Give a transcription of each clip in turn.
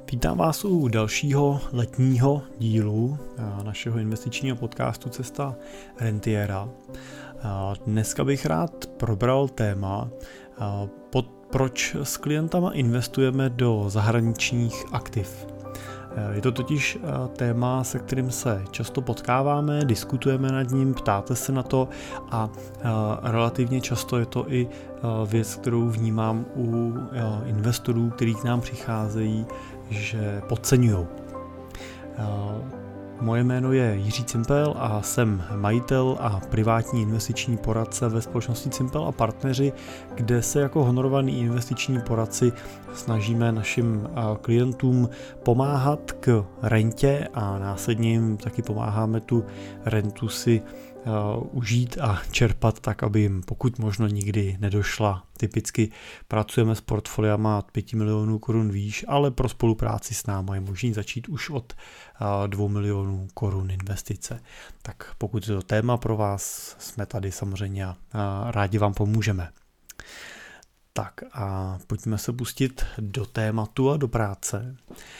Vítám vás u dalšího letního dílu našeho investičního podcastu Cesta rentiera. Dneska bych rád probral téma, proč s klientama investujeme do zahraničních aktiv. Je to totiž téma, se kterým se často potkáváme, diskutujeme nad ním, ptáte se na to a relativně často je to i věc, kterou vnímám u investorů, kteří k nám přicházejí, že podceňujou. Moje jméno je Jiří Cimpel a jsem majitel a privátní investiční poradce ve společnosti Cimpel a partneři, kde se jako honorovaní investiční poradci snažíme našim klientům pomáhat k rentě a následně jim taky pomáháme tu rentu si užít a čerpat tak, aby jim pokud možno nikdy nedošla. Typicky pracujeme s portfoliama od 5 milionů korun výš, ale pro spolupráci s námi je možné začít už od 2 milionů korun investice. Tak pokud je to téma pro vás, jsme tady samozřejmě a rádi vám pomůžeme. Tak a pojďme se pustit do tématu a do práce.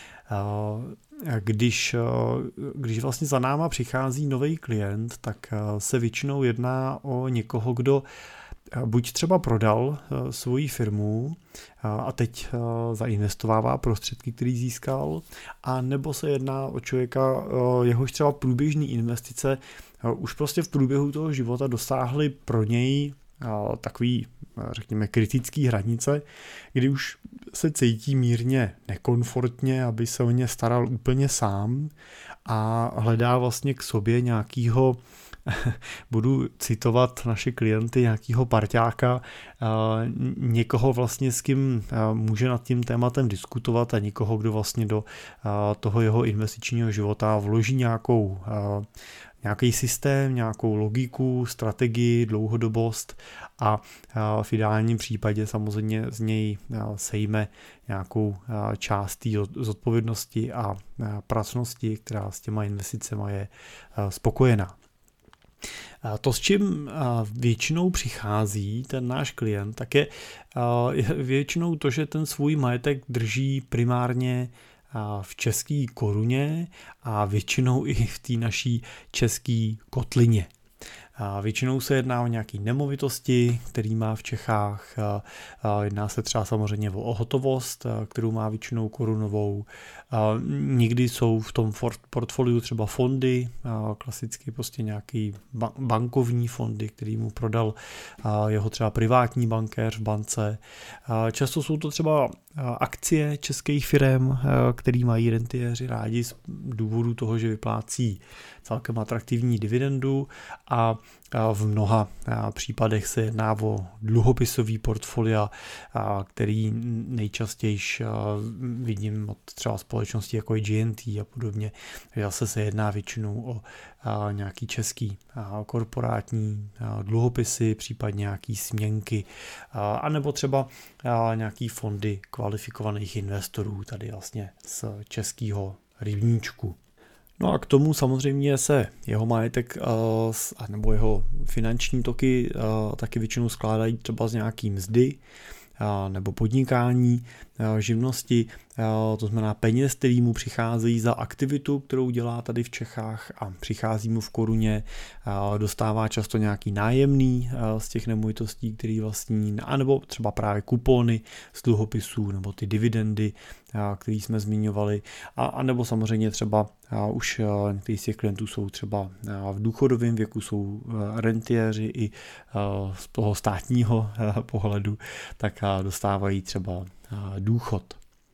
Když vlastně za náma přichází nový klient, tak se většinou jedná o někoho, kdo buď třeba prodal svoji firmu a teď zainvestovává prostředky, který získal, a nebo se jedná o člověka, jehož třeba průběžný investice už prostě v průběhu toho života dosáhly pro něj takový, řekněme, kritický hranice, kdy už se cítí mírně nekomfortně, aby se o ně staral úplně sám a hledá vlastně k sobě nějakýho, budu citovat naše klienty, nějakýho parťáka, někoho vlastně, s kým může nad tím tématem diskutovat a někoho, kdo vlastně do toho jeho investičního života vloží nějaký systém, nějakou logiku, strategii, dlouhodobost a v ideálním případě samozřejmě z něj sejme nějakou část té zodpovědnosti a pracnosti, která s těma investicema je spokojená. To, s čím většinou přichází ten náš klient, tak je většinou to, že ten svůj majetek drží primárně v české koruně a většinou i v té naší české kotlině. Většinou se jedná o nějaké nemovitosti, který má v Čechách, jedná se třeba samozřejmě o hotovost, kterou má většinou korunovou. Někdy jsou v tom portfoliu třeba fondy, klasicky prostě nějaký bankovní fondy, který mu prodal jeho třeba privátní bankéř v bance. Často jsou to třeba akcie českých firem, který mají rentiéři rádi z důvodu toho, že vyplácí celkem atraktivní dividendu, a v mnoha případech se jedná o dluhopisový portfolia, který nejčastěji vidím od třeba společností jako je GNT a podobně. Zase se jedná většinou o nějaký český korporátní dluhopisy, případně nějaký směnky, anebo třeba nějaký fondy kvalifikovaných investorů tady vlastně z českého rybníčku. No a k tomu samozřejmě se jeho majetek nebo jeho finanční toky taky většinou skládají třeba z nějaký mzdy nebo podnikání, živnosti, to znamená peněz, který mu přicházejí za aktivitu, kterou dělá tady v Čechách a přichází mu v koruně, dostává často nějaký nájemný z těch nemovitostí, který vlastní, anebo třeba právě kupony z dluhopisů nebo ty dividendy, které jsme zmiňovali, a nebo samozřejmě třeba už někteří z těch klientů jsou třeba v důchodovém věku, jsou rentiéři i z toho státního pohledu, tak dostávají třeba důchod.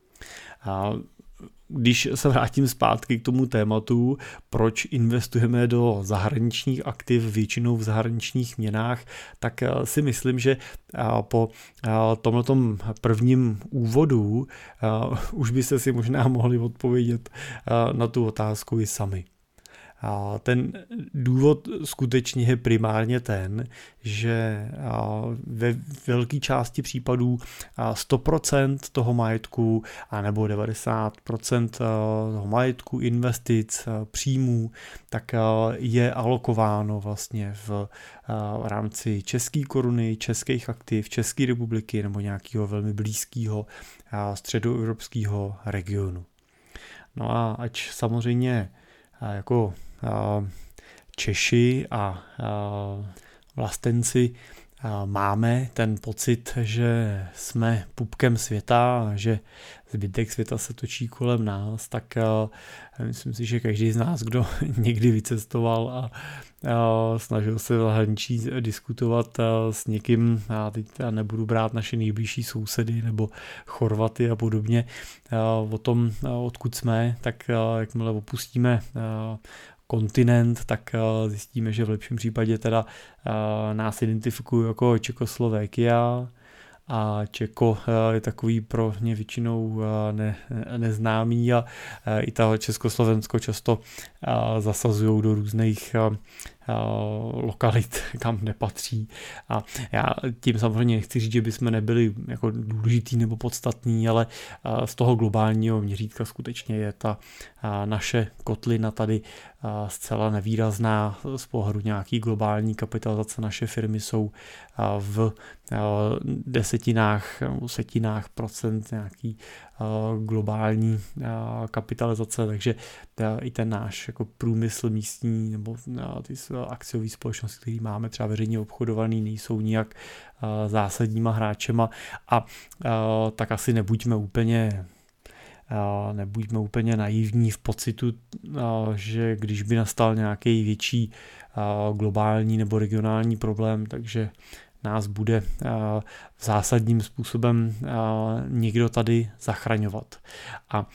Když se vrátím zpátky k tomu tématu, proč investujeme do zahraničních aktiv, většinou v zahraničních měnách, tak si myslím, že po tomhletom prvním úvodu už byste si možná mohli odpovědět na tu otázku i sami. Ten důvod skutečně je primárně ten, že ve velké části případů 100% toho majetku anebo 90% toho majetku, investic, příjmů, tak je alokováno vlastně v rámci české koruny, českých aktiv, České republiky nebo nějakého velmi blízkého středoevropského regionu. No a ač samozřejmě jako Češi a vlastenci máme ten pocit, že jsme pupkem světa a že zbytek světa se točí kolem nás, tak myslím si, že každý z nás, kdo někdy vycestoval a snažil se v zahraničí diskutovat s někým, a teď nebudu brát naše nejbližší sousedy nebo Chorvaty a podobně, o tom, odkud jsme, tak jakmile opustíme kontinent, tak zjistíme, že v lepším případě teda nás identifikují jako Čekoslovákia a Čeko je takový pro ně většinou neznámý a i ta Československo často zasazují do různých lokalit, kam nepatří. A já tím samozřejmě nechci říct, že bychom nebyli jako důležitý nebo podstatní, ale z toho globálního měřítka skutečně je ta naše kotlina tady zcela nevýrazná z pohledu nějaký globální kapitalizace. Naše firmy jsou v desetinách nebo setinách procent nějaký globální kapitalizace, takže i ten náš jako průmysl místní nebo ty akciové společnosti, které máme třeba veřejně obchodovaný, nejsou nijak zásadníma hráčema a tak asi nebuďme úplně naivní v pocitu, že když by nastal nějaký větší globální nebo regionální problém, takže nás bude zásadním způsobem někdo tady zachraňovat. A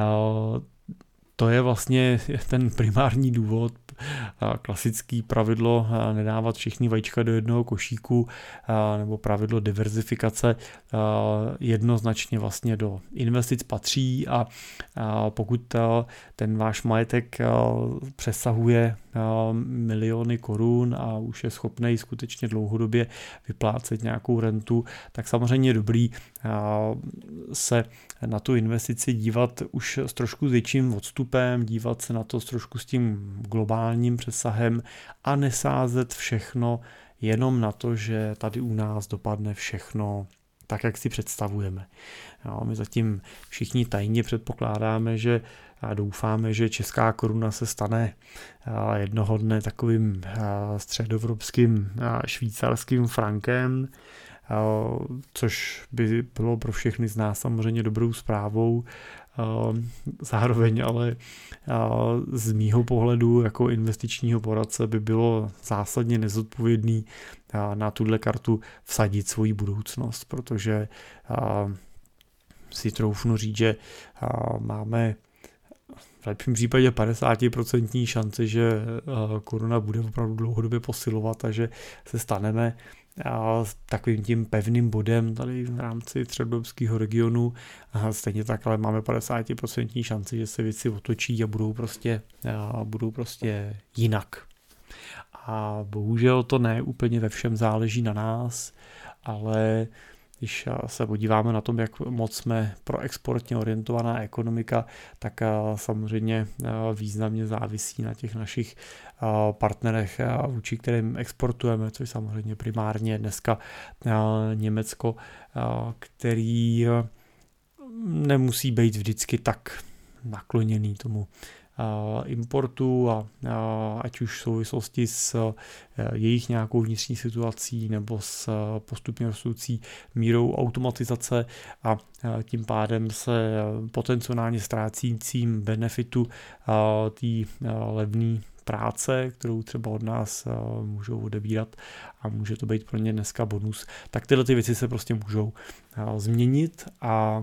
to je vlastně ten primární důvod, klasický pravidlo nedávat všechny vajíčka do jednoho košíku nebo pravidlo diverzifikace jednoznačně vlastně do investic patří a pokud ten váš majetek přesahuje miliony korun a už je schopný skutečně dlouhodobě vyplácet nějakou rentu, tak samozřejmě je dobrý se na tu investici dívat už s trošku větším odstupem, dívat se na to trošku s tím globálním přesahem a nesázet všechno jenom na to, že tady u nás dopadne všechno tak, jak si představujeme. Jo, my zatím všichni tajně předpokládáme, že a doufáme, že česká koruna se stane jednoho dne takovým středoevropským švýcarským frankem, což by bylo pro všechny z nás samozřejmě dobrou zprávou. Zároveň ale z mýho pohledu jako investičního poradce by bylo zásadně nezodpovědný na tuhle kartu vsadit svoji budoucnost, protože si troufnu říct, že máme v lepším případě 50% šanci, že koruna bude opravdu dlouhodobě posilovat a že se staneme takovým tím pevným bodem tady v rámci středoevropského regionu. Stejně tak, ale máme 50% šanci, že se věci otočí a budou prostě jinak. A bohužel to ne úplně ve všem záleží na nás, ale když se podíváme na tom, jak moc jsme proexportně orientovaná ekonomika, tak samozřejmě významně závisí na těch našich partnerech, vůči kterým exportujeme, což samozřejmě primárně dneska Německo, který nemusí být vždycky tak nakloněný tomu importu a ať už v souvislosti s jejich nějakou vnitřní situací nebo s postupně rostoucí mírou automatizace a tím pádem se potenciálně ztrácícím benefitu té levné práce, kterou třeba od nás můžou odebírat a může to být pro ně dneska bonus, tak tyhle ty věci se prostě můžou změnit a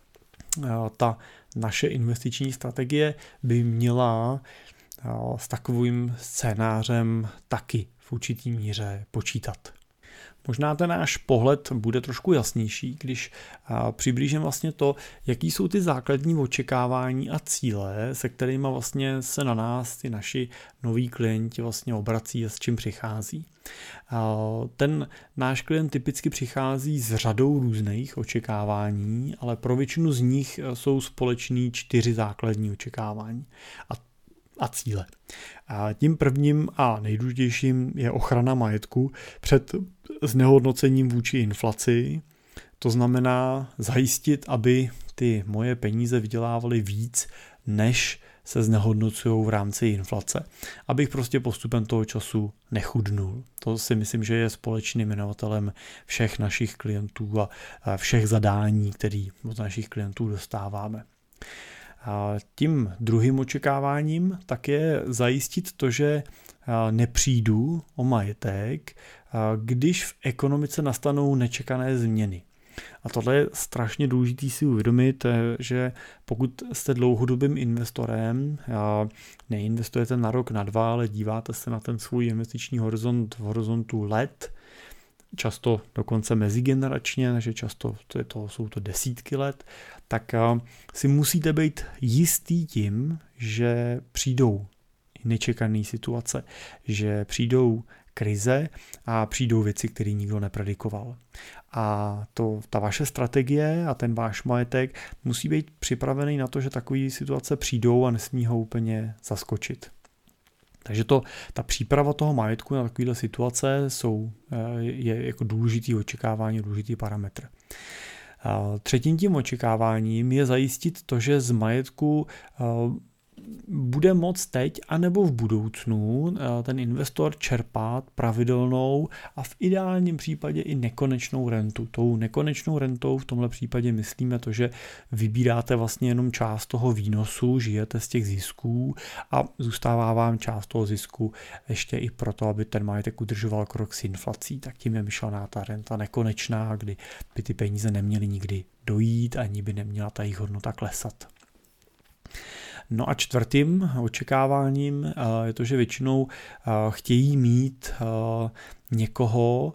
ta naše investiční strategie by měla s takovým scénářem taky v určitý míře počítat. Možná ten náš pohled bude trošku jasnější, když přiblížím vlastně to, jaký jsou ty základní očekávání a cíle, se kterými vlastně se na nás ty naši noví klienti vlastně obrací a s čím přichází. Ten náš klient typicky přichází s řadou různých očekávání, ale pro většinu z nich jsou společný 4 základní očekávání a cíle. A tím prvním a nejdůležitějším je ochrana majetku před znehodnocením vůči inflaci. To znamená zajistit, aby ty moje peníze vydělávaly víc, než se znehodnocují v rámci inflace, abych prostě postupem toho času nechudnul. To si myslím, že je společným jmenovatelem všech našich klientů a všech zadání, které od našich klientů dostáváme. A tím druhým očekáváním tak je zajistit to, že nepřijdu o majetek, když v ekonomice nastanou nečekané změny. A tohle je strašně důležité si uvědomit, že pokud jste dlouhodobým investorem, neinvestujete na rok, na 2, ale díváte se na ten svůj investiční horizont v horizontu let, často dokonce mezigeneračně, takže často jsou to desítky let, tak si musíte být jistý tím, že přijdou nečekané situace, že přijdou krize a přijdou věci, které nikdo nepredikoval. A ta vaše strategie a ten váš majetek musí být připravený na to, že takové situace přijdou a nesmí ho úplně zaskočit. Takže ta příprava toho majetku na takovéhle situace je jako důležitý očekávání, důležitý parametr. Třetím tím očekáváním je zajistit to, že z majetku bude moct teď anebo v budoucnu ten investor čerpat pravidelnou a v ideálním případě i nekonečnou rentu. Tou nekonečnou rentou v tomhle případě myslíme to, že vybíráte vlastně jenom část toho výnosu, žijete z těch zisků a zůstává vám část toho zisku ještě i proto, aby ten majetek udržoval krok s inflací. Tak tím je myšlená ta renta nekonečná, kdy by ty peníze neměly nikdy dojít, ani by neměla ta jejich hodnota klesat. No a čtvrtým očekáváním je to, že většinou chtějí mít někoho,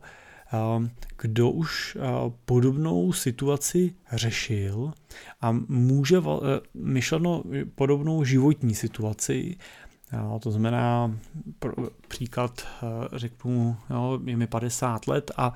kdo už podobnou situaci řešil a může myšleno podobnou životní situaci. To znamená, příklad řeknu, je mi 50 let a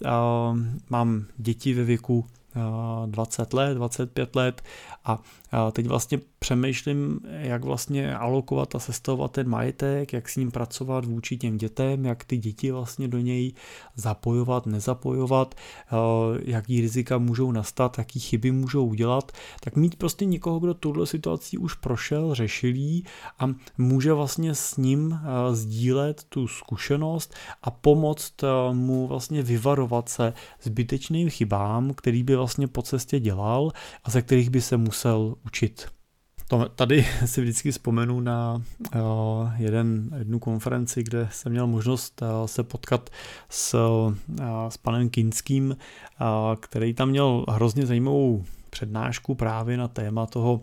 mám děti ve věku 20 let, 25 let a teď vlastně přemýšlím, jak vlastně alokovat a sestavovat ten majetek, jak s ním pracovat vůči těm dětem, jak ty děti vlastně do něj zapojovat, nezapojovat, jaký rizika můžou nastat, jaký chyby můžou udělat, tak mít prostě někoho, kdo tuhle situaci už prošel, řešil jí a může vlastně s ním sdílet tu zkušenost a pomoct mu vlastně vyvarovat se zbytečným chybám, který by vlastně po cestě dělal a ze kterých by se musel učit. Tady si vždycky vzpomenu na jednu konferenci, kde jsem měl možnost se potkat s panem Kinským, který tam měl hrozně zajímavou přednášku právě na téma toho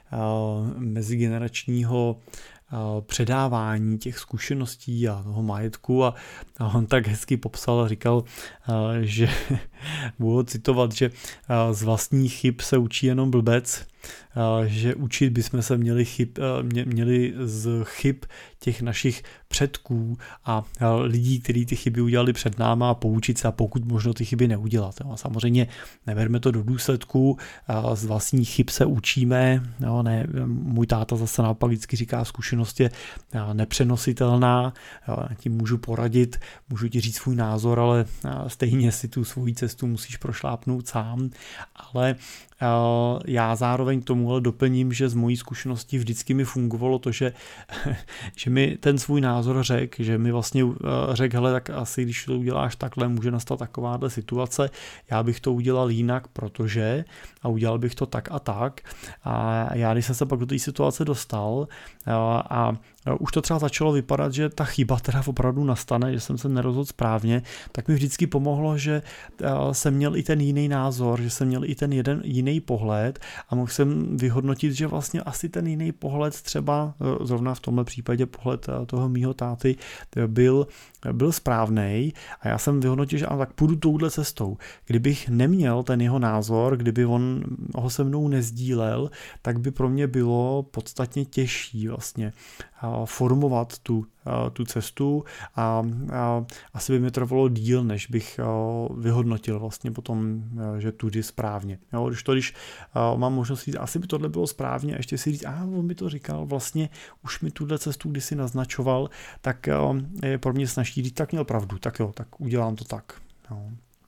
mezigeneračního předávání těch zkušeností a toho majetku a on tak hezky popsal a říkal, že budu citovat, že z vlastních chyb se učí jenom blbec, že učit bychom se měli z chyb těch našich předků a lidí, kteří ty chyby udělali před náma a poučit se a pokud možno ty chyby neudělat. A samozřejmě neberme to do důsledků, z vlastních chyb se učíme, můj táta zase naopak vždycky říká, zkušenost je nepřenositelná, tím můžu poradit, můžu ti říct svůj názor, ale stejně si tu svoji cestu musíš prošlápnout sám, ale já zároveň k tomu doplním, že z mojí zkušenosti vždycky mi fungovalo to, že mi ten svůj názor řekl, že mi vlastně řekl, hele, tak asi když to uděláš takhle, může nastat takováhle situace, já bych to udělal jinak, protože a udělal bych to tak a tak a já když jsem se pak do té situace dostal a už to třeba začalo vypadat, že ta chyba teda opravdu nastane, že jsem se nerozhodl správně, tak mi vždycky pomohlo, že jsem měl i ten jiný názor, že jsem měl i ten jeden jiný pohled a mohl jsem vyhodnotit, že vlastně asi ten jiný pohled třeba, zrovna v tomhle případě pohled toho mýho táty, byl správnej a já jsem vyhodnotil, že tak půjdu touhle cestou. Kdybych neměl ten jeho názor, kdyby on ho se mnou nezdílel, tak by pro mě bylo podstatně těžší vlastně formovat tu cestu a asi by mi trvalo díl, než bych vyhodnotil vlastně potom, že tudy správně. Když mám možnost říct, asi by tohle bylo správně a ještě si říct, on mi to říkal, vlastně už mi tuhle cestu kdysi naznačoval, tak je pro mě snaží říct, tak měl pravdu, tak jo, tak udělám to tak.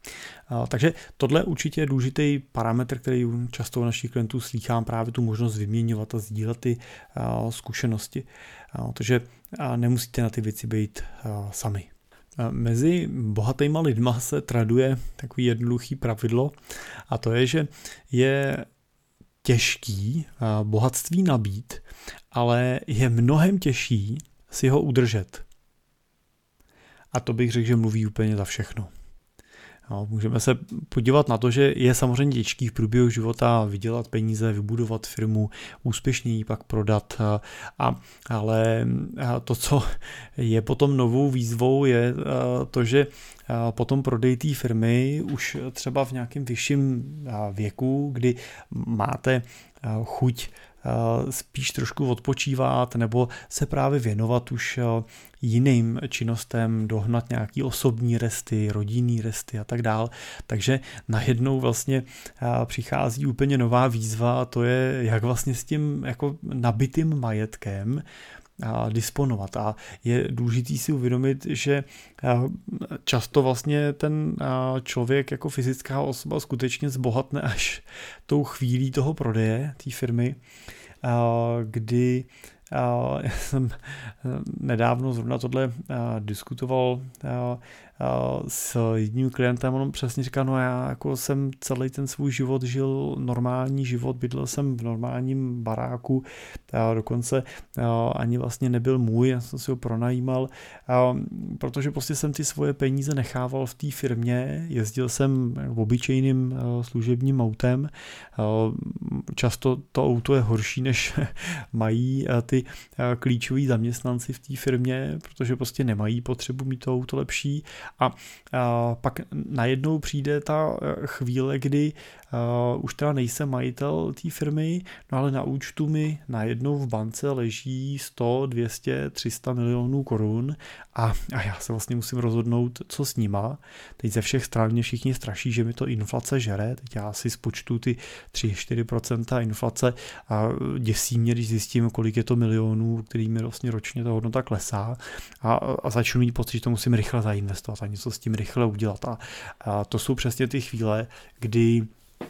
Takže tohle určitě je důležitý parametr, který často u našich klientů slýchám, právě tu možnost vyměňovat a sdílet ty zkušenosti. Takže nemusíte na ty věci být sami. Mezi bohatýma lidma se traduje takový jednoduchý pravidlo a to je, že je těžký bohatství nabít, ale je mnohem těžší si ho udržet. A to bych řekl, že mluví úplně za všechno. Můžeme se podívat na to, že je samozřejmě těžký v průběhu života vydělat peníze, vybudovat firmu, úspěšně ji pak prodat, ale to, co je potom novou výzvou, je to, že potom prodej té firmy už třeba v nějakém vyšším věku, kdy máte chuť spíš trošku odpočívat nebo se právě věnovat už jiným činnostem, dohnat nějaký osobní resty, rodinný resty a tak dál. Takže najednou vlastně přichází úplně nová výzva a to je, jak vlastně s tím jako nabitým majetkem disponovat. A je důležitý si uvědomit, že často vlastně ten člověk jako fyzická osoba skutečně zbohatne až tou chvílí toho prodeje té firmy, kdy já jsem nedávno zrovna tohle diskutoval s jedním klientem, on přesně říká, no já jako jsem celý ten svůj život žil normální život, bydlel jsem v normálním baráku, dokonce ani vlastně nebyl můj, já jsem si ho pronajímal, protože prostě jsem ty svoje peníze nechával v té firmě, jezdil jsem obyčejným služebním autem, často to auto je horší, než mají ty klíčoví zaměstnanci v té firmě, protože prostě nemají potřebu mít to auto lepší a pak najednou přijde ta chvíle, kdy už teda nejsem majitel té firmy, no ale na účtu mi najednou v bance leží 100, 200, 300 milionů korun a já se vlastně musím rozhodnout, co s nima. Teď ze všech stran mě všichni straší, že mi to inflace žere, teď já si spočtu ty 3-4% inflace a děsí mě, když zjistím, kolik je to milionů, kterými vlastně ročně ta hodnota klesá a začnu mít pocit, že to musím rychle zainvestovat a něco s tím rychle udělat. A to jsou přesně ty chvíle, kdy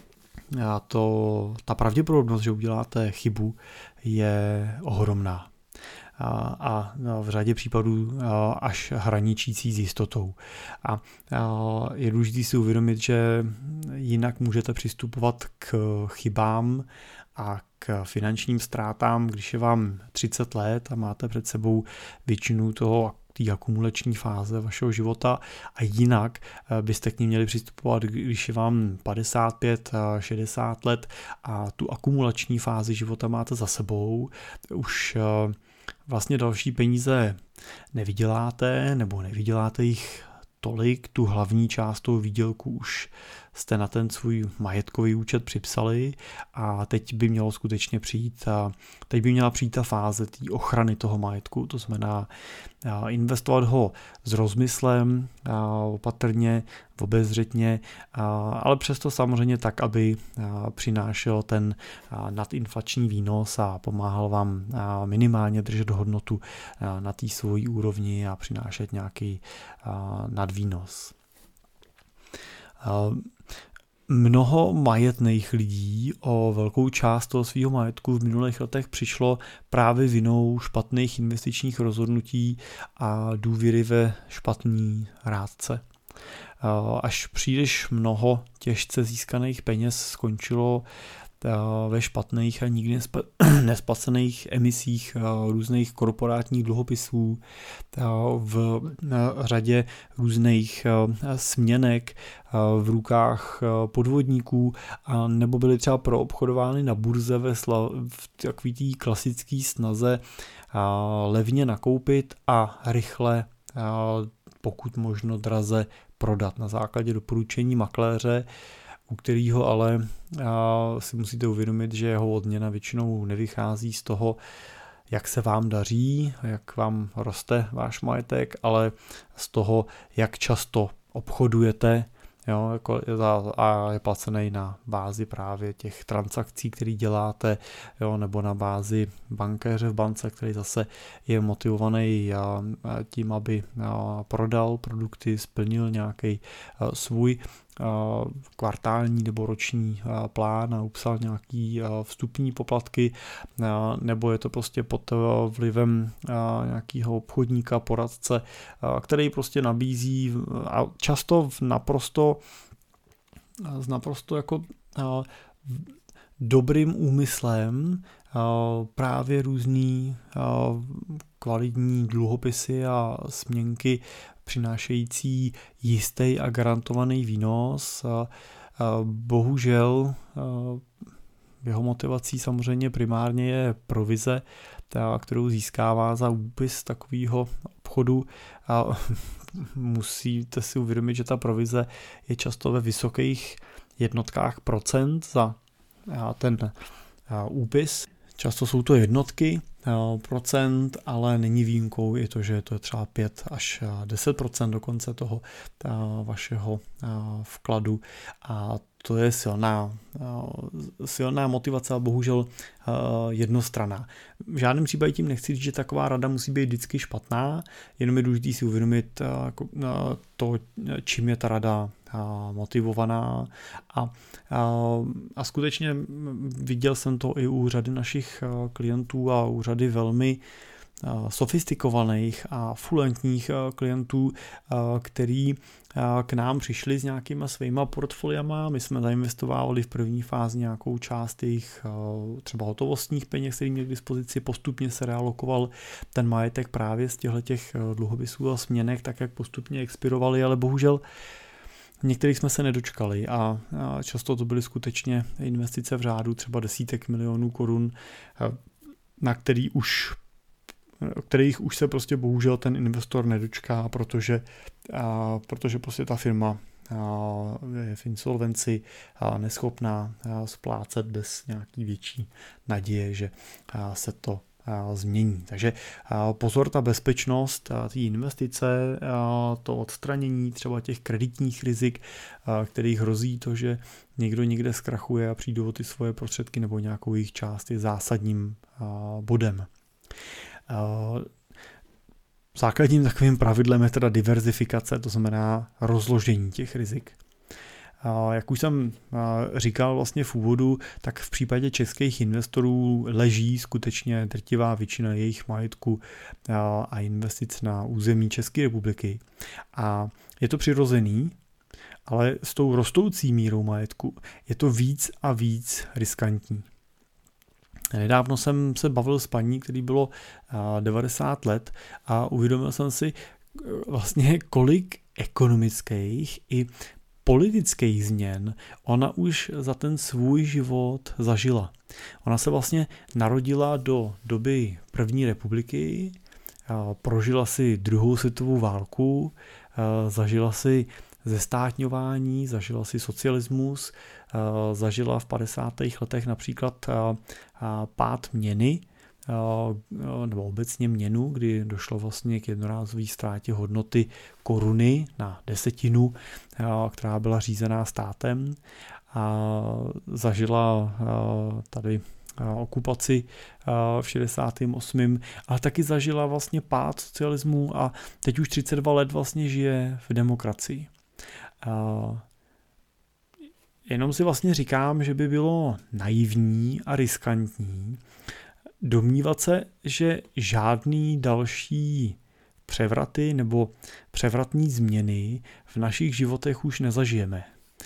ta pravděpodobnost, že uděláte chybu, je ohromná. A v řadě případů až hraničící s jistotou. A je důležité si uvědomit, že jinak můžete přistupovat k chybám a k finančním ztrátám, když je vám 30 let a máte před sebou většinu té akumulační fáze vašeho života a jinak byste k ní měli přistupovat, když je vám 55, 60 let a tu akumulační fázi života máte za sebou, už vlastně další peníze nevyděláte nebo nevyděláte jich tolik, tu hlavní část toho výdělku už jste na ten svůj majetkový účet připsali a teď by mělo skutečně přijít ta fáze té ochrany toho majetku, to znamená investovat ho s rozmyslem, opatrně, obezřetně, ale přesto samozřejmě tak, aby přinášel ten nadinflační výnos a pomáhal vám minimálně držet hodnotu na té svojí úrovni a přinášet nějaký nadvýnos. Mnoho majetných lidí o velkou část toho svého majetku v minulých letech přišlo právě vinou špatných investičních rozhodnutí a důvěry ve špatný rádce. Až příliš mnoho těžce získaných peněz skončilo ve špatných a nikdy nesplacených emisích různých korporátních dluhopisů, v řadě různých směnek v rukách podvodníků, nebo byly třeba proobchodovány na burze v takový té klasické snaze levně nakoupit a rychle, pokud možno draze, prodat na základě doporučení makléře, u kterého ale si musíte uvědomit, že jeho odměna většinou nevychází z toho, jak se vám daří, jak vám roste váš majetek, ale z toho, jak často obchodujete, jo, a je placený na bázi právě těch transakcí, které děláte, jo, nebo na bázi bankéře v bance, který zase je motivovaný tím, aby prodal produkty, splnil nějaký svůj kvartální nebo roční plán a upsal nějaký vstupní poplatky, nebo je to prostě pod vlivem nějakého obchodníka, poradce, který prostě nabízí a často s naprosto jako dobrým úmyslem právě různý kvalitní dluhopisy a směnky přinášející jistý a garantovaný výnos. Bohužel jeho motivací samozřejmě primárně je provize, kterou získává za úpis takového obchodu. A musíte si uvědomit, že ta provize je často ve vysokých jednotkách procent za ten úpis. Často jsou to jednotky procent, ale není výjimkou i to, že to je třeba 5 až 10% dokonce toho vašeho vkladu a to je silná motivace a bohužel jednostranná. V žádném případě tím nechci říct, že taková rada musí být vždycky špatná, jenom je důležité si uvědomit to, čím je ta rada motivovaná a skutečně viděl jsem to i u řady našich klientů a u řady velmi sofistikovaných a fluentních klientů, který k nám přišli s nějakýma svýma portfoliama. My jsme zainvestovali v první fázi nějakou část jejich třeba hotovostních peněz, který měli k dispozici, postupně se realokoval ten majetek právě z těch dluhopisů a směnek, tak jak postupně expirovali, ale bohužel některých jsme se nedočkali a často to byly skutečně investice v řádu třeba desítek milionů korun, na kterých už se prostě bohužel ten investor nedočká, protože prostě ta firma je v insolvenci neschopná splácet bez nějaký větší naděje, že se to změní. Takže pozor, ta bezpečnost, ty investice, to odstranění třeba těch kreditních rizik, kterých hrozí to, že někdo někde zkrachuje a přijde o ty svoje prostředky nebo nějakou jejich část, je zásadním bodem. Základním takovým pravidlem je teda diverzifikace, to znamená rozložení těch rizik. Jak už jsem říkal vlastně v úvodu, tak v případě českých investorů leží skutečně drtivá většina jejich majetku a investic na území České republiky. A je to přirozený, ale s tou rostoucí mírou majetku je to víc a víc riskantní. Nedávno jsem se bavil s paní, který bylo 90 let a uvědomil jsem si vlastně, kolik ekonomických i politických změn ona už za ten svůj život zažila. Ona se vlastně narodila do doby první republiky, prožila si druhou světovou válku, zažila si zestátňování, zažila si socialismus, zažila v 50. letech například pád měny, nebo obecně měnu, kdy došlo vlastně k jednorázové ztrátě hodnoty koruny na 10, která byla řízená státem. Zažila tady okupaci v 68. ale taky zažila vlastně pád socialismu a teď už 32 let vlastně žije v demokracii. Jenom si vlastně říkám, že by bylo naivní a riskantní domnívat se, že žádný další převraty nebo převratní změny v našich životech už nezažijeme.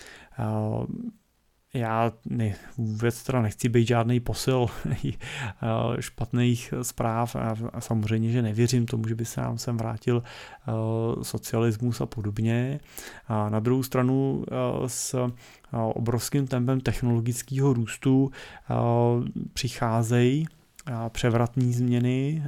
Já vůbec teda nechci být žádný posil špatných zpráv a samozřejmě, že nevěřím tomu, že by se nám sem vrátil socialismus a podobně. A na druhou stranu s obrovským tempem technologického růstu přicházejí převratní změny,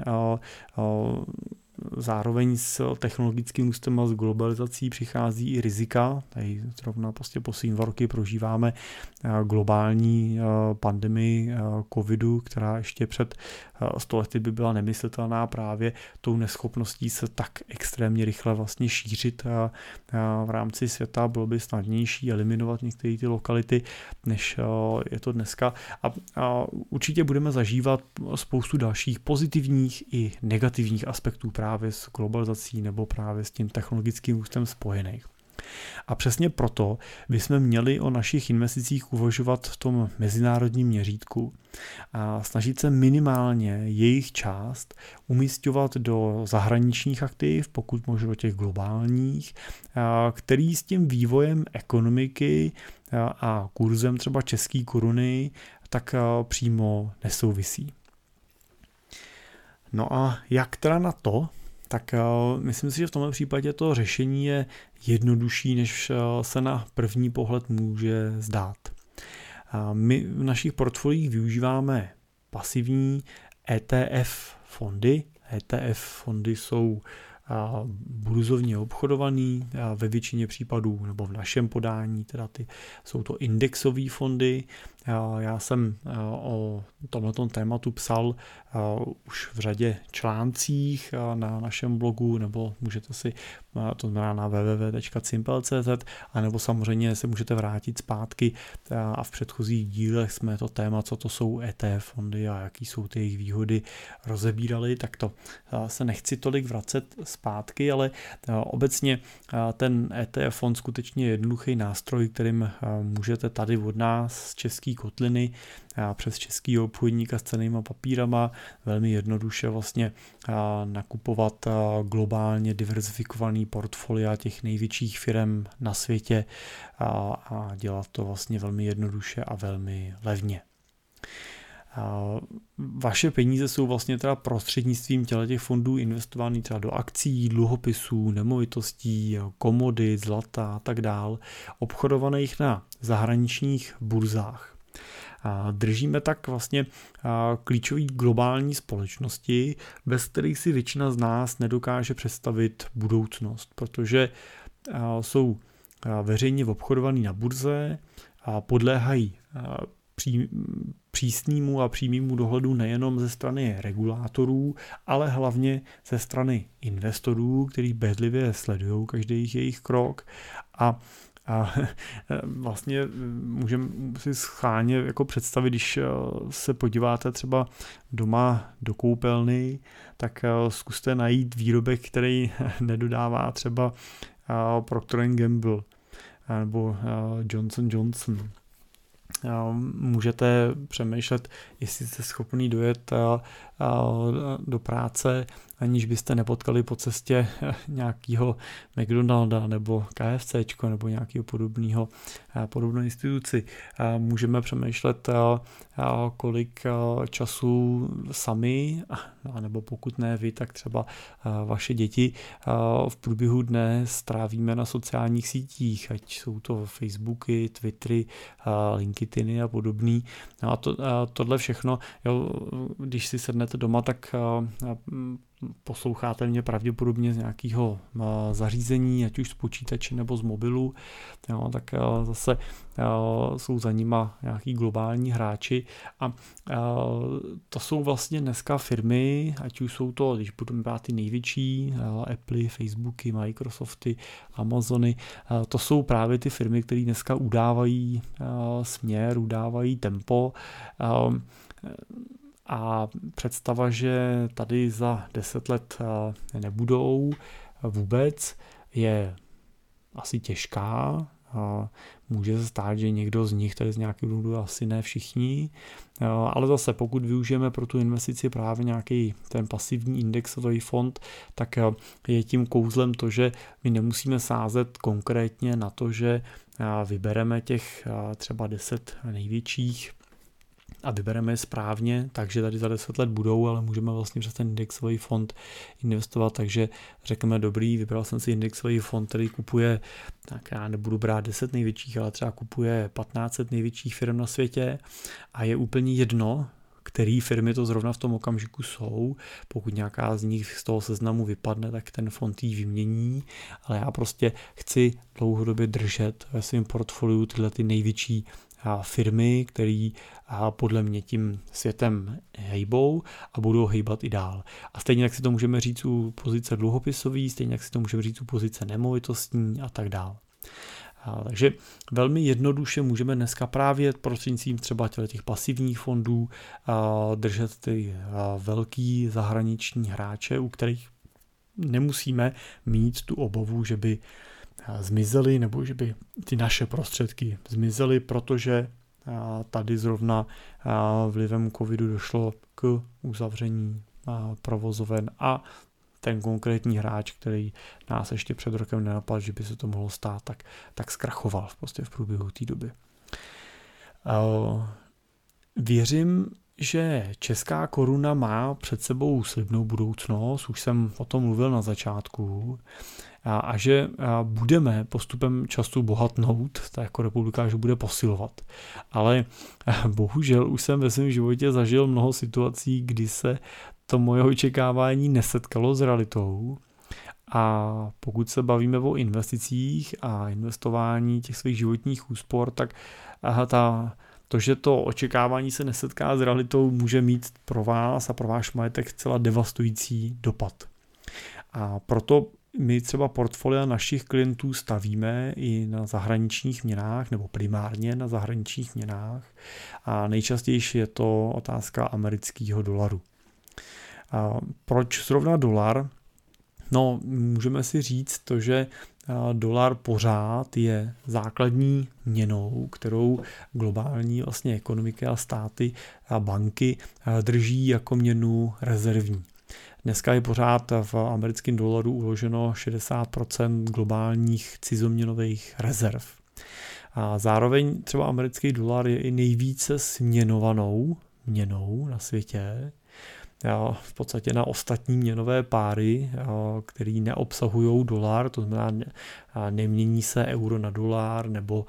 zároveň s technologickým růstem a s globalizací přichází i rizika. Tady zrovna prostě poslední 2 roky prožíváme globální pandemii covidu, která ještě před 100 lety by byla nemyslitelná právě tou neschopností se tak extrémně rychle vlastně šířit v rámci světa. Bylo by snadnější eliminovat některé ty lokality, než je to dneska. A určitě budeme zažívat spoustu dalších pozitivních i negativních aspektů právě s globalizací nebo právě s tím technologickým růstem spojených. A přesně proto bychom měli o našich investicích uvažovat v tom mezinárodním měřítku a snažit se minimálně jejich část umísťovat do zahraničních aktiv, pokud možno do těch globálních, který s tím vývojem ekonomiky a kurzem třeba české koruny tak přímo nesouvisí. No a jak teda na to? Tak myslím si, že v tomto případě to řešení je jednodušší, než se na první pohled může zdát. My v našich portfoliích využíváme pasivní ETF fondy. ETF fondy jsou burzovně obchodovaný ve většině případů, nebo v našem podání, teda jsou to indexové fondy. Já jsem o tomto tématu psal už v řadě článcích na našem blogu, nebo můžete si, to znamená na www.cimpel.cz, anebo samozřejmě se můžete vrátit zpátky a v předchozích dílech jsme to téma, co to jsou ETF fondy a jaký jsou ty jejich výhody, rozebírali, tak to se nechci tolik vracet zpátky, ale obecně ten ETF fond skutečně je jednoduchý nástroj, kterým můžete tady od nás z české kotliny přes českýho obchodníka s cennýma papírama velmi jednoduše vlastně nakupovat globálně diverzifikovaný portfolia těch největších firm na světě a dělat to vlastně velmi jednoduše a velmi levně. Vaše peníze jsou vlastně teda prostřednictvím těch fondů investovány třeba do akcí, dluhopisů, nemovitostí, komodit, zlata a tak dál, obchodovaných na zahraničních burzách. Držíme tak vlastně klíčové globální společnosti, bez kterých si většina z nás nedokáže představit budoucnost, protože jsou veřejně obchodovaný na burze a podléhají přísnému a přímému dohledu nejenom ze strany regulátorů, ale hlavně ze strany investorů, kteří bedlivě sledují každý jejich krok a vlastně můžeme si schválně jako představit, když se podíváte třeba doma do koupelny, tak zkuste najít výrobek, který nedodává třeba Procter & Gamble nebo Johnson & Johnson. Můžete přemýšlet, jestli jste schopný dojet do práce, aniž byste nepotkali po cestě nějakého McDonalda nebo KFCčko nebo nějakého podobné instituci. Můžeme přemýšlet, kolik času sami, nebo pokud ne vy, tak třeba vaše děti v průběhu dne strávíme na sociálních sítích, ať jsou to Facebooky, Twittery, LinkedIny a podobný. No a tohle všechno, když si sednete doma, tak posloucháte mě pravděpodobně z nějakého zařízení, ať už z počítače nebo z mobilu, tak zase jsou za nima nějaký globální hráči a to jsou vlastně dneska firmy, ať už jsou to, když budeme brát ty největší, Apple, Facebooky, Microsofty, Amazony, to jsou právě ty firmy, které dneska udávají směr, udávají tempo, a představa, že tady za 10 let nebudou vůbec, je asi těžká. Může se stát, že někdo z nich tady z nějakého důvodu, asi ne všichni, ale zase pokud využijeme pro tu investici právě nějaký ten pasivní indexový fond, tak je tím kouzlem to, že my nemusíme sázet konkrétně na to, že vybereme těch třeba 10 největších a vybereme je správně, takže tady za 10 let budou, ale můžeme vlastně přes ten indexový fond investovat, takže řekneme dobrý, vybral jsem si indexový fond, který kupuje, tak já nebudu brát 10 největších, ale třeba kupuje 1500 největších firm na světě a je úplně jedno, který firmy to zrovna v tom okamžiku jsou. Pokud nějaká z nich z toho seznamu vypadne, tak ten fond jí vymění, ale já prostě chci dlouhodobě držet ve svém portfoliu tyhle ty největší firmy, které podle mě tím světem hejbou a budou hejbat i dál. A stejně tak si to můžeme říct u pozice dluhopisový, stejně tak si to můžeme říct u pozice nemovitostní a tak dál. Takže velmi jednoduše můžeme dneska právě prostřednictvím třeba těch pasivních fondů držet ty velký zahraniční hráče, u kterých nemusíme mít tu obavu, že by zmizely, nebo že by ty naše prostředky zmizely, protože tady zrovna vlivem covidu došlo k uzavření provozoven a ten konkrétní hráč, který nás ještě před rokem nenapadl, že by se to mohlo stát, tak zkrachoval prostě v průběhu té doby. Věřím, že česká koruna má před sebou slibnou budoucnost, už jsem o tom mluvil na začátku, a že budeme postupem času bohatnout, ta jako republika, že bude posilovat. Ale bohužel už jsem ve svém životě zažil mnoho situací, kdy se to moje očekávání nesetkalo s realitou. A pokud se bavíme o investicích a investování těch svých životních úspor, tak to, že to očekávání se nesetká s realitou, může mít pro vás a pro váš majetek zcela devastující dopad. A proto my třeba portfolia našich klientů stavíme i na zahraničních měnách, nebo primárně na zahraničních měnách. A nejčastější je to otázka amerického dolaru. A proč zrovna dolar? No, můžeme si říct to, že dolar pořád je základní měnou, kterou globální vlastně ekonomiky a státy a banky drží jako měnu rezervní. Dneska je pořád v americkém dolaru uloženo 60% globálních cizoměnových rezerv. A zároveň třeba americký dolar je i nejvíce směnovanou měnou na světě. V podstatě na ostatní měnové páry, které neobsahují dolar, to znamená nemění se euro na dolar nebo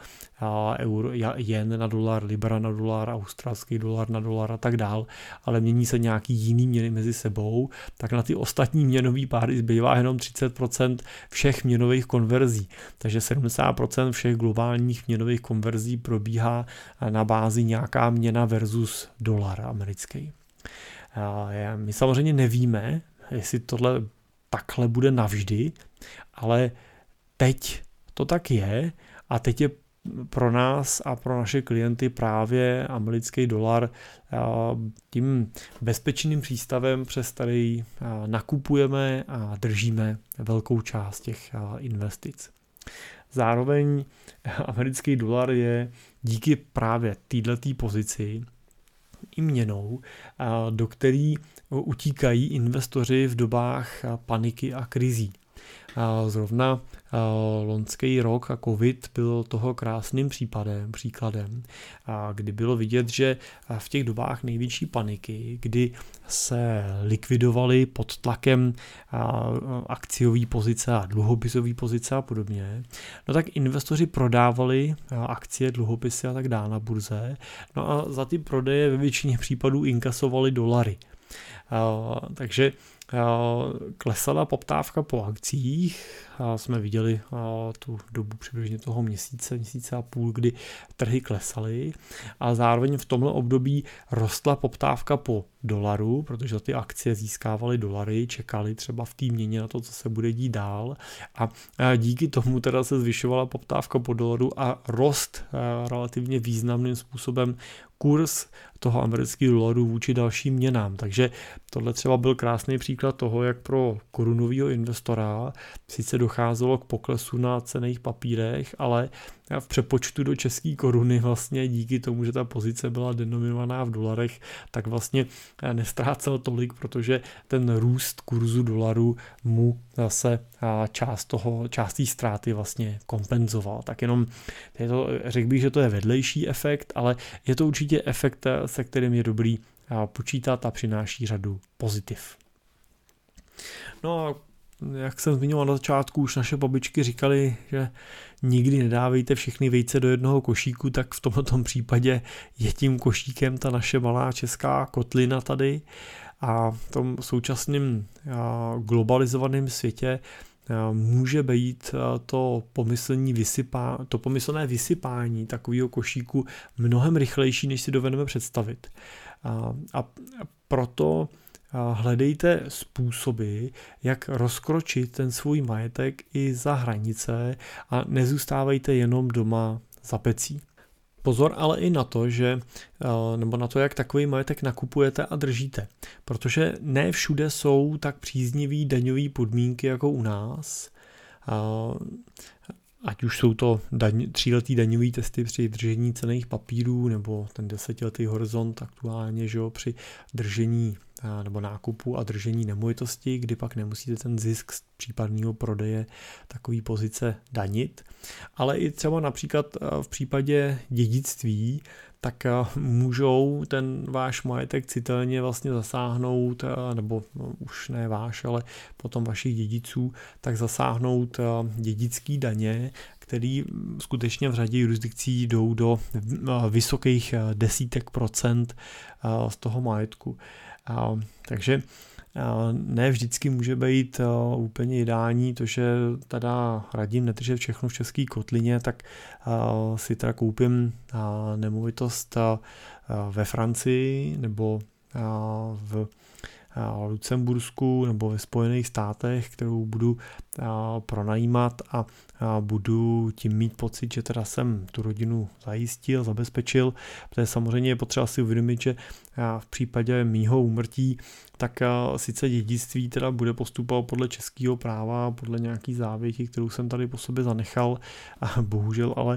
jen na dolar, libra na dolar, australský dolar na dolar a tak dál, ale mění se nějaký jiný měny mezi sebou, tak na ty ostatní měnové páry zbývá jenom 30% všech měnových konverzí. Takže 70% všech globálních měnových konverzí probíhá na bázi nějaká měna versus dolar americký. My samozřejmě nevíme, jestli tohle takhle bude navždy, ale teď to tak je a teď je pro nás a pro naše klienty právě americký dolar tím bezpečným přístavem, přes který nakupujeme a držíme velkou část těch investic. Zároveň americký dolar je díky právě této pozici i měnou, do který utíkají investoři v dobách paniky a krizí. Zrovna loňský rok a covid byl toho krásným příkladem, kdy bylo vidět, že v těch dobách největší paniky, kdy se likvidovaly pod tlakem akciové pozice a dluhopisové pozice a podobně, no tak investoři prodávali akcie, dluhopisy a tak dále na burze, no a za ty prodeje ve většině případů inkasovali dolary. Takže klesala poptávka po akcích, jsme viděli tu dobu přibližně toho měsíce a půl, kdy trhy klesaly a zároveň v tomhle období rostla poptávka po dolaru, protože ty akcie získávaly dolary, čekali třeba v té měně na to, co se bude dít dál a díky tomu teda se zvyšovala poptávka po dolaru a rost relativně významným způsobem kurz toho amerického dolaru vůči dalším měnám. Takže tohle třeba byl krásný příklad toho, jak pro korunového investora sice docházelo k poklesu na cenných papírech, ale v přepočtu do české koruny vlastně díky tomu, že ta pozice byla denominovaná v dolarech, tak vlastně nestrácel tolik, protože ten růst kurzu dolaru mu zase část té ztráty vlastně kompenzoval. Tak jenom řekl bych, že to je vedlejší efekt, ale je to určitě efekt, se kterým je dobrý počítat a přináší řadu pozitiv. No a jak jsem zmiňoval na začátku, už naše babičky říkali, že nikdy nedávejte všechny vejce do jednoho košíku, tak v tomto případě je tím košíkem ta naše malá česká kotlina tady a v tom současném globalizovaném světě může být to pomyslné vysypání takového košíku mnohem rychlejší, než si dovedeme představit. A proto hledejte způsoby, jak rozkročit ten svůj majetek i za hranice a nezůstávejte jenom doma za pecí. Pozor ale i na to, nebo na to, jak takový majetek nakupujete a držíte, protože ne všude jsou tak příznivý daňové podmínky jako u nás ať už jsou to tříletý daňový testy při držení cenných papírů nebo ten 10letý horizont aktuálně, že jo, při držení nebo nákupu a držení nemovitosti, kdy pak nemusíte ten zisk z případného prodeje takový pozice danit. Ale i třeba například v případě dědictví, tak můžou ten váš majetek citelně vlastně zasáhnout, nebo už ne váš, ale potom vašich dědiců, tak zasáhnout dědický daně, který skutečně v řadě jurisdikcí jdou do vysokých desítek procent z toho majetku. Takže ne vždycky může být úplně ideální to, že teda radím nedržet všechno v české kotlině, tak si teda koupím nemovitost ve Francii nebo v Lucembursku nebo ve Spojených státech, kterou budu pronajímat a budu tím mít pocit, že teda jsem tu rodinu zajistil, zabezpečil, protože samozřejmě je potřeba si uvědomit, že v případě mýho úmrtí, tak sice dědictví teda bude postupovat podle českého práva, podle nějaký závěti, kterou jsem tady po sobě zanechal, a bohužel ale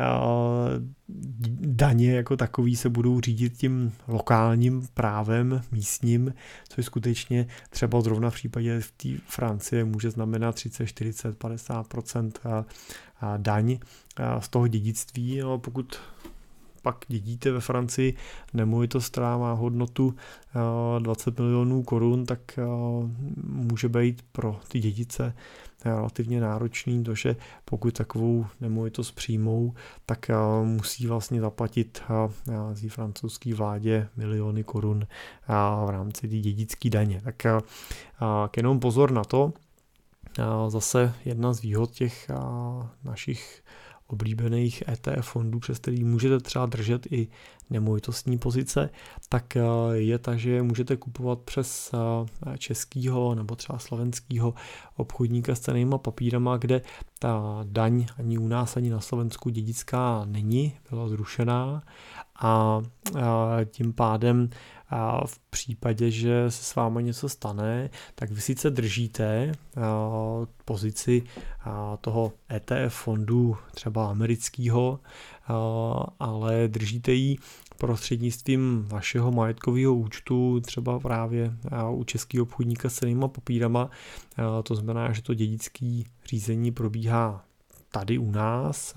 daně jako takový se budou řídit tím lokálním právem místním, což skutečně třeba zrovna v případě v té Francie může znamenat 30, 40, 50% daň z toho dědictví. No, pokud pak dědíte ve Francii nemovitost, která má hodnotu 20 milionů korun, tak může být pro ty dědice relativně náročný, to, že pokud takovou nemovitost přijmou, tak musí vlastně zaplatit z francouzské vládě miliony korun v rámci ty dědické daně. Tak jenom pozor na to. Zase jedna z výhod těch našich oblíbených ETF fondů, přes který můžete třeba držet i nemovitostní pozice, tak je ta, že můžete kupovat přes českýho nebo třeba slovenskýho obchodníka s cennýma papírama, kde ta daň ani u nás, ani na Slovensku dědická není, byla zrušená a tím pádem v případě, že se s vámi něco stane, tak vy sice držíte pozici toho ETF fondu třeba amerického, ale držíte ji prostřednictvím vašeho majetkového účtu, třeba právě u českého obchodníka s cennýma papírama. To znamená, že to dědické řízení probíhá tady u nás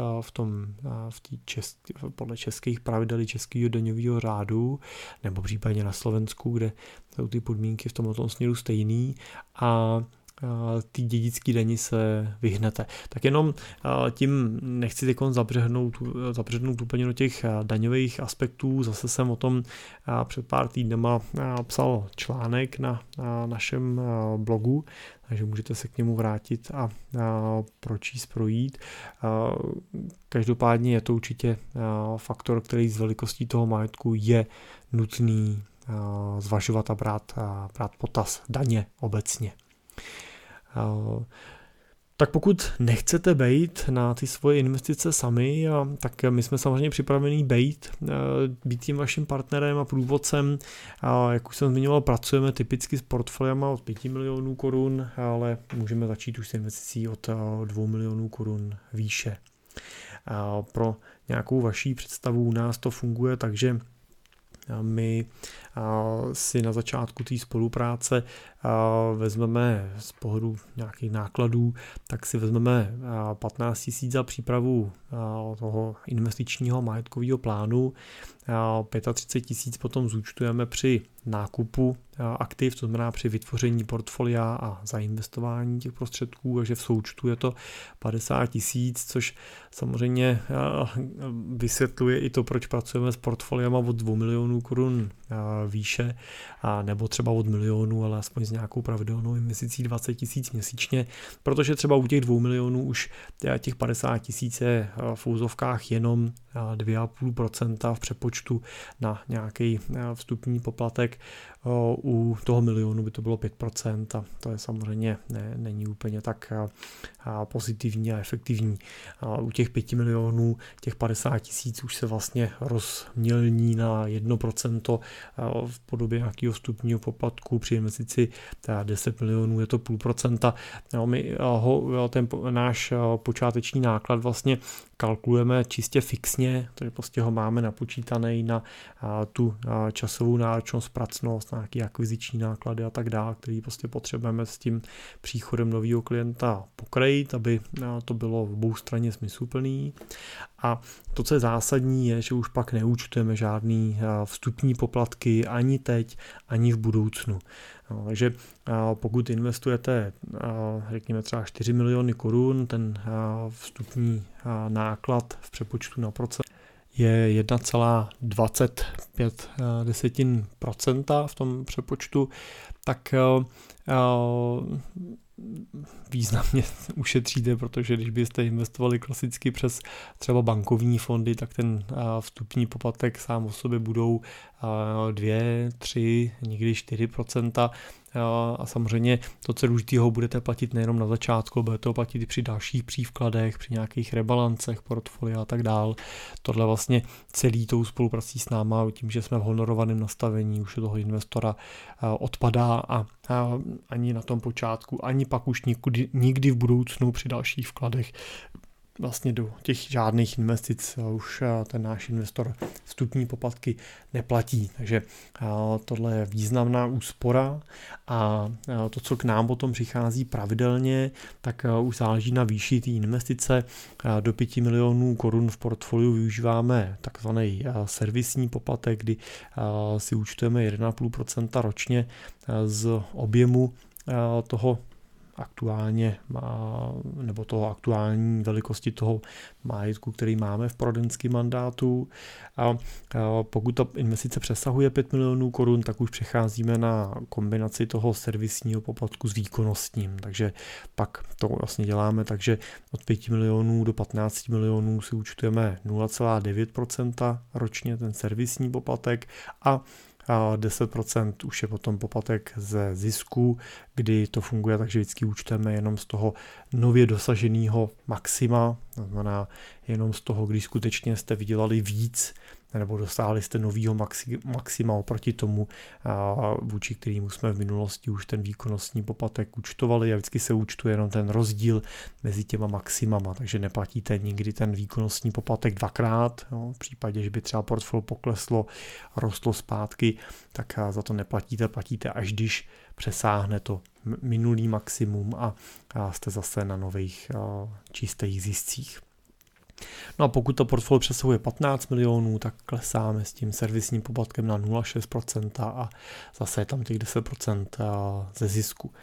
podle českých pravidel českého daňového řádu, nebo případně na Slovensku, kde jsou ty podmínky v tomto směru stejný a ty dědické daní se vyhnete. Tak jenom tím nechci teď zabřednout úplně do těch daňových aspektů. Zase jsem o tom před pár týdnama psal článek na našem blogu, takže můžete se k němu vrátit a projít. Každopádně je to určitě faktor, který z velikostí toho majetku je nutný zvažovat a brát potaz daně obecně. Tak pokud nechcete bejt na ty svoje investice sami, tak my jsme samozřejmě připraveni být tím vašim partnerem a průvodcem. Jak už jsem zmiňoval, pracujeme typicky s portfoliama od 5 milionů korun, ale můžeme začít už s investicí od 2 milionů korun výše. Pro nějakou vaší představu u nás to funguje, takže my si na začátku té spolupráce vezmeme z pohledu nějakých nákladů, tak si vezmeme 15 000 za přípravu toho investičního majetkového plánu, 35 000 potom zúčtujeme při nákupu aktiv, to znamená při vytvoření portfolia a zainvestování těch prostředků, takže v součtu je to 50 000, což samozřejmě vysvětluje i to, proč pracujeme s portfoliama od 2 milionů korun výše, nebo třeba od milionu, ale aspoň s nějakou pravidelnou investicí 20 000 měsíčně, protože třeba u těch 2 milionů už těch 50 000 je v úzovkách jenom 2,5% v přepočtu na nějaký vstupní poplatek. U toho milionu by to bylo 5% a to je samozřejmě není úplně tak pozitivní a efektivní. U těch 5 milionů, těch 50 tisíc už se vlastně rozmělní na 1% v podobě nějakého vstupního poplatku. Při investici 10 milionů je to 0,5%. My ten náš počáteční náklad vlastně kalkulujeme čistě fixně, takže prostě ho máme napočítaný na tu časovou náročnost, pracnost, nějaké akviziční náklady a tak dále, který prostě potřebujeme s tím příchodem nového klienta pokrýt, aby to bylo v obou straně smysluplný. A to, co je zásadní, je, že už pak neúčtujeme žádný vstupní poplatky ani teď, ani v budoucnu. Takže pokud investujete, řekněme třeba 4 miliony korun, ten vstupní náklad v přepočtu na procent je 1,25% v tom přepočtu, tak významně ušetříte, protože když byste investovali klasicky přes třeba bankovní fondy, tak ten vstupní poplatek sám o sobě budou 2, 3, někdy 4%. A samozřejmě to, co důležitého budete platit nejenom na začátku, budete to platit i při dalších přívkladech, při nějakých rebalancech portfolia a tak dál. Tohle vlastně celý tou spoluprací s náma, tím, že jsme v honorovaném nastavení už toho investora odpadá a ani na tom počátku, ani pak už nikdy v budoucnu při dalších vkladech vlastně do těch žádných investic už ten náš investor vstupní poplatky neplatí. Takže tohle je významná úspora a to, co k nám potom přichází pravidelně, tak už záleží na výši té investice. Do 5 milionů korun v portfoliu využíváme takzvaný servisní poplatek, kdy si účtujeme 1,5% ročně z objemu toho aktuálně nebo toho aktuální velikosti toho majetku, který máme v poradenském mandátu. A pokud ta investice přesahuje 5 milionů korun, tak už přecházíme na kombinaci toho servisního poplatku s výkonnostním. Takže pak to vlastně děláme, takže od 5 milionů do 15 milionů si účtujeme 0,9% ročně ten servisní poplatek a 10% už je potom poplatek ze zisku, kdy to funguje tak, že vždycky účteme jenom z toho nově dosaženého maxima, to znamená jenom z toho, když skutečně jste vydělali víc, nebo dosáhli jste novýho maxima oproti tomu, vůči kterému jsme v minulosti už ten výkonnostní poplatek účtovali a vždycky se účtuje jenom ten rozdíl mezi těma maximama, takže neplatíte nikdy ten výkonnostní poplatek dvakrát, v případě, že by třeba portfolio pokleslo, rostlo zpátky, tak za to neplatíte, platíte až když přesáhne to minulý maximum a jste zase na nových čistých ziscích. No a pokud to portfolio přesahuje 15 milionů, tak klesáme s tím servisním poplatkem na 0,6% a zase je tam těch 10% ze zisku.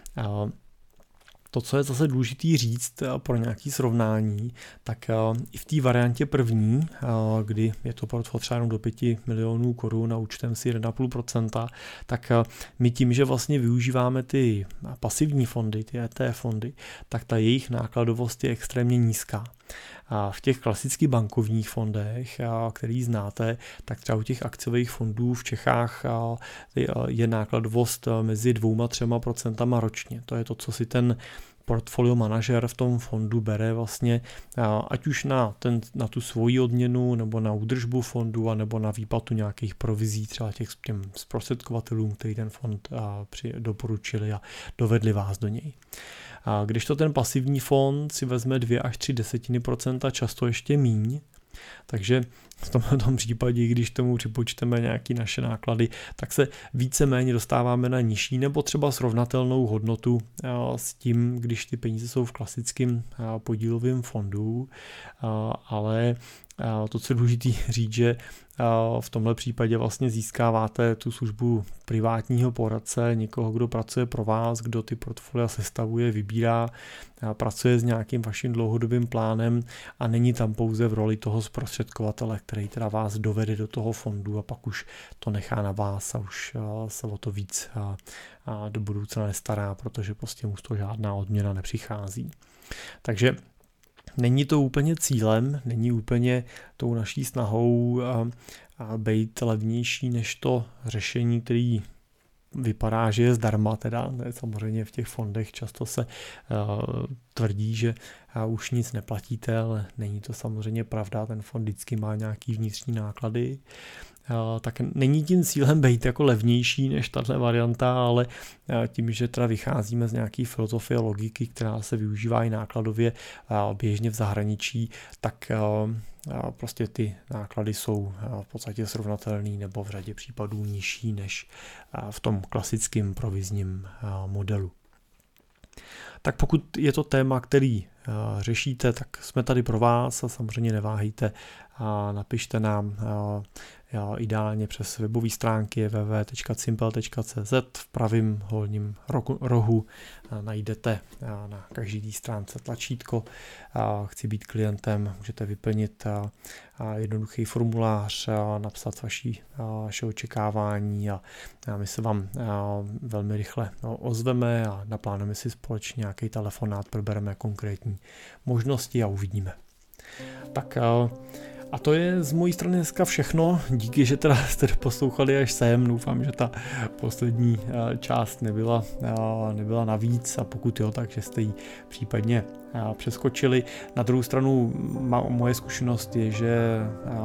To, co je zase důležitý říct pro nějaké srovnání, tak i v té variantě první, kdy je to portfolio třeba jenom do 5 milionů korun a účtem si 1,5%, tak my tím, že vlastně využíváme ty pasivní fondy, ty ETF fondy, tak ta jejich nákladovost je extrémně nízká. A v těch klasických bankovních fondech, který znáte, tak třeba u těch akciových fondů v Čechách je nákladovost mezi 2-3% ročně. To je to, co si ten portfolio manažer v tom fondu bere vlastně, ať už na tu svoji odměnu, nebo na údržbu fondu, nebo na výplatu nějakých provizí třeba těm zprostředkovatelům, který ten fond doporučili a dovedli vás do něj. A když to ten pasivní fond si vezme 2 až 3%, často ještě míň, takže v tomto případě, když tomu připočteme nějaké naše náklady, tak se víceméně dostáváme na nižší nebo třeba srovnatelnou hodnotu s tím, když ty peníze jsou v klasickém podílovém fondu, ale to, co je důležité říct, že v tomhle případě vlastně získáváte tu službu privátního poradce, někoho, kdo pracuje pro vás, kdo ty portfolia sestavuje, vybírá, pracuje s nějakým vaším dlouhodobým plánem a není tam pouze v roli toho zprostředkovatele, který teda vás dovede do toho fondu a pak už to nechá na vás a už se o to víc do budoucna nestará, protože prostě mu z toho žádná odměna nepřichází. Takže Není to úplně cílem, není úplně tou naší snahou být levnější než to řešení, který vypadá, že je zdarma, teda samozřejmě v těch fondech často se tvrdí, že už nic neplatíte, ale není to samozřejmě pravda, ten fond vždycky má nějaký vnitřní náklady, tak není tím cílem být jako levnější než tato varianta, ale tím, že teda vycházíme z nějaké filozofie logiky, která se využívá i nákladově běžně v zahraničí, tak prostě ty náklady jsou v podstatě srovnatelné nebo v řadě případů nižší než v tom klasickém provizním modelu. Tak pokud je to téma, který řešíte, tak jsme tady pro vás a samozřejmě neváhejte a napište nám ideálně přes webové stránky www.simple.cz. V pravém horním rohu najdete na každé stránce tlačítko chci být klientem, můžete vyplnit jednoduchý formulář, napsat vaše očekávání a my se vám velmi rychle ozveme a naplánujeme si společně nějaký telefonát, probereme konkrétní možnosti a uvidíme. Tak a to je z mojí strany dneska všechno. Díky, že teda jste poslouchali až sem. Doufám, že ta poslední část nebyla navíc a pokud jo, takže jste ji případně přeskočili. Na druhou stranu moje zkušenost je, že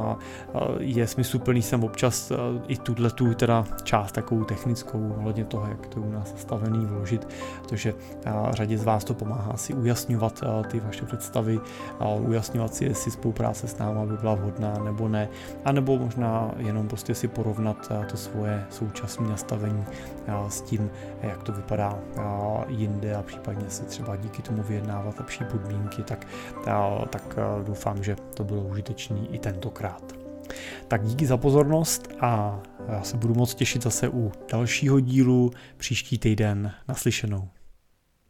je smysluplný sem občas i tu teda část takovou technickou ohledně toho, jak to je u nás nastavený, vložit, protože řadě z vás to pomáhá si ujasňovat ty vaše představy, ujasňovat si, jestli spolupráce s náma by byla vhodná nebo ne, anebo možná jenom prostě si porovnat to svoje současné nastavení s tím, jak to vypadá jinde a případně si třeba díky tomu vyjednávat lepší podmínky, tak doufám, že to bylo užitečný i tentokrát. Tak díky za pozornost a já se budu moc těšit zase u dalšího dílu příští týden. Naslyšenou.